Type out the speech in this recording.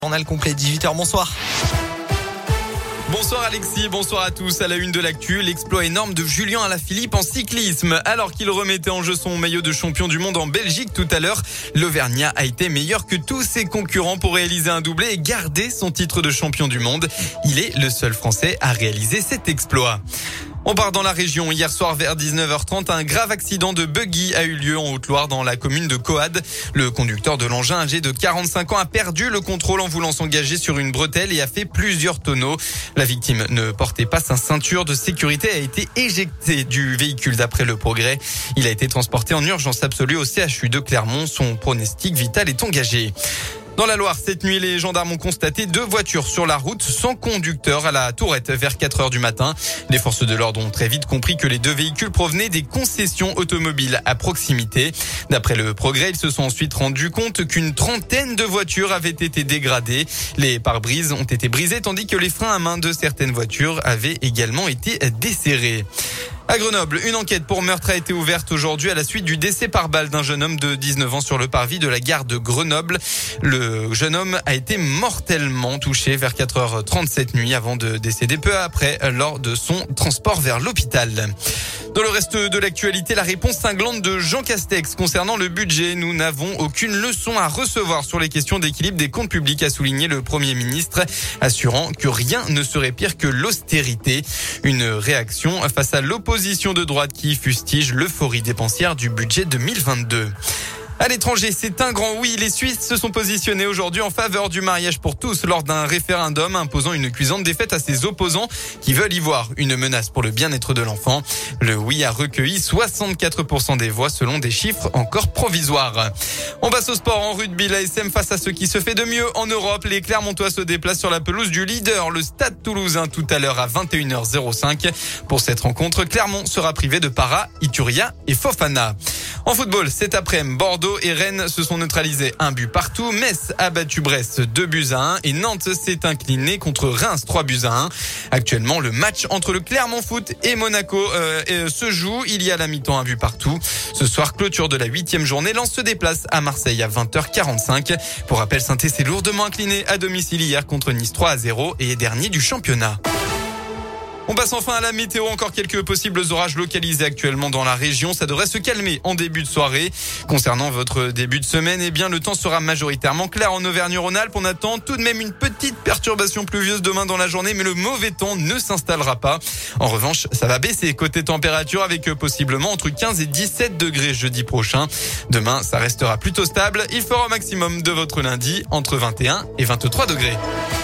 Journal complet 18h, bonsoir. Bonsoir Alexis, bonsoir à tous. À la une de l'actu, l'exploit énorme de Julien Alaphilippe en cyclisme. Alors qu'il remettait en jeu son maillot de champion du monde en Belgique tout à l'heure, l'Auvergnat a été meilleur que tous ses concurrents pour réaliser un doublé et garder son titre de champion du monde. Il est le seul Français à réaliser cet exploit. On part dans la région. Hier soir vers 19h30, un grave accident de buggy a eu lieu en Haute-Loire dans la commune de Coade. Le conducteur de l'engin âgé de 45 ans a perdu le contrôle en voulant s'engager sur une bretelle et a fait plusieurs tonneaux. La victime ne portait pas sa ceinture de sécurité et a été éjecté du véhicule d'après Le Progrès. Il a été transporté en urgence absolue au CHU de Clermont. Son pronostic vital est engagé. Dans la Loire, cette nuit, les gendarmes ont constaté 2 voitures sur la route sans conducteur à la Tourette vers 4 heures du matin. Les forces de l'ordre ont très vite compris que les 2 véhicules provenaient des concessions automobiles à proximité. D'après Le Progrès, ils se sont ensuite rendus compte qu'une trentaine de voitures avaient été dégradées. Les pare-brises ont été brisés tandis que les freins à main de certaines voitures avaient également été desserrés. À Grenoble, une enquête pour meurtre a été ouverte aujourd'hui à la suite du décès par balle d'un jeune homme de 19 ans sur le parvis de la gare de Grenoble. Le jeune homme a été mortellement touché vers 4h30 nuit avant de décéder peu après lors de son transport vers l'hôpital. Dans le reste de l'actualité, la réponse cinglante de Jean Castex concernant le budget. Nous n'avons aucune leçon à recevoir sur les questions d'équilibre des comptes publics, a souligné le Premier ministre, assurant que rien ne serait pire que l'austérité. Une réaction face à l'opposition de droite qui fustige l'euphorie dépensière du budget 2022. À l'étranger, c'est un grand oui. Les Suisses se sont positionnés aujourd'hui en faveur du mariage pour tous lors d'un référendum imposant une cuisante défaite à ses opposants qui veulent y voir une menace pour le bien-être de l'enfant. Le oui a recueilli 64% des voix selon des chiffres encore provisoires. On passe au sport en rugby. L'ASM face à ce qui se fait de mieux en Europe. Les Clermontois se déplacent sur la pelouse du leader, le Stade Toulousain, tout à l'heure à 21h05. Pour cette rencontre, Clermont sera privé de Para, Ituria et Fofana. En football, cet après-midi, Bordeaux et Rennes se sont neutralisés 1 but partout. Metz a battu Brest 2-1 et Nantes s'est incliné contre Reims 3-1. Actuellement, le match entre le Clermont Foot et Monaco se joue. Il y a la mi-temps 1 but partout. Ce soir, clôture de la 8e journée. Lens se déplace à Marseille à 20h45. Pour rappel, Saint-Étienne s'est lourdement incliné à domicile hier contre Nice 3-0 et est dernier du championnat. On passe enfin à la météo. Encore quelques possibles orages localisés actuellement dans la région. Ça devrait se calmer en début de soirée. Concernant votre début de semaine, eh bien, le temps sera majoritairement clair en Auvergne-Rhône-Alpes. On attend tout de même une petite perturbation pluvieuse demain dans la journée, mais le mauvais temps ne s'installera pas. En revanche, ça va baisser côté température avec possiblement entre 15 et 17 degrés jeudi prochain. Demain, ça restera plutôt stable. Il fera au maximum de votre lundi entre 21 et 23 degrés.